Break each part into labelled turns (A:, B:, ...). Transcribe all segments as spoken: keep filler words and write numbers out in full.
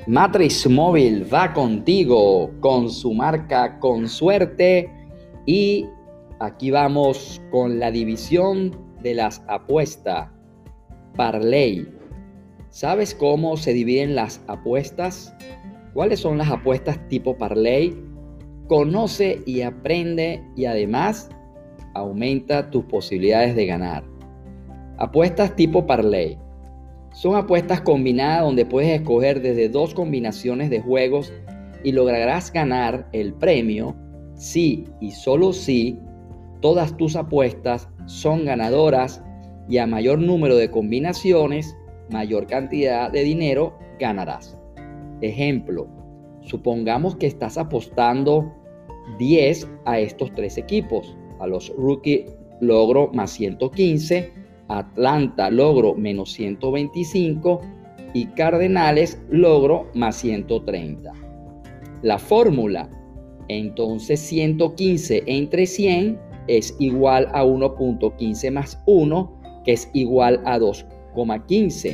A: Matrix Móvil va contigo con su marca Con Suerte y aquí vamos con la división de las apuestas. Parlay. ¿Sabes cómo se dividen las apuestas? ¿Cuáles son las apuestas tipo parlay? Conoce y aprende y además aumenta tus posibilidades de ganar. Apuestas tipo parlay. Son apuestas combinadas donde puedes escoger desde dos combinaciones de juegos y lograrás ganar el premio si y solo si todas tus apuestas son ganadoras y a mayor número de combinaciones, mayor cantidad de dinero ganarás. Ejemplo, supongamos que estás apostando diez a estos tres equipos, a los Rookie logro más ciento quince, Atlanta logro menos ciento veinticinco y Cardenales logro más ciento treinta. La fórmula, entonces ciento quince entre cien es igual a uno punto quince más uno, que es igual a dos coma quince.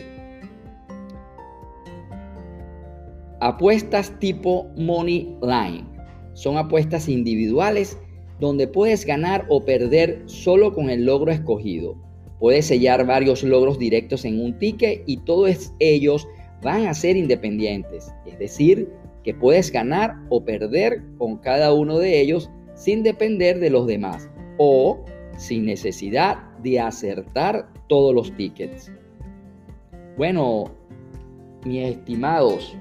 A: Apuestas tipo Money Line. Son apuestas individuales donde puedes ganar o perder solo con el logro escogido. Puedes sellar varios logros directos en un ticket y todos ellos van a ser independientes. Es decir, que puedes ganar o perder con cada uno de ellos sin depender de los demás o sin necesidad de acertar todos los tickets. Bueno, mis estimados,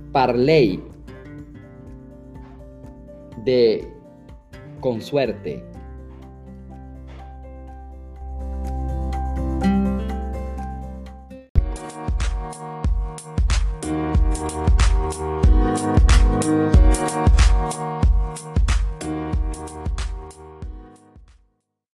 A: parlay de Con Suerte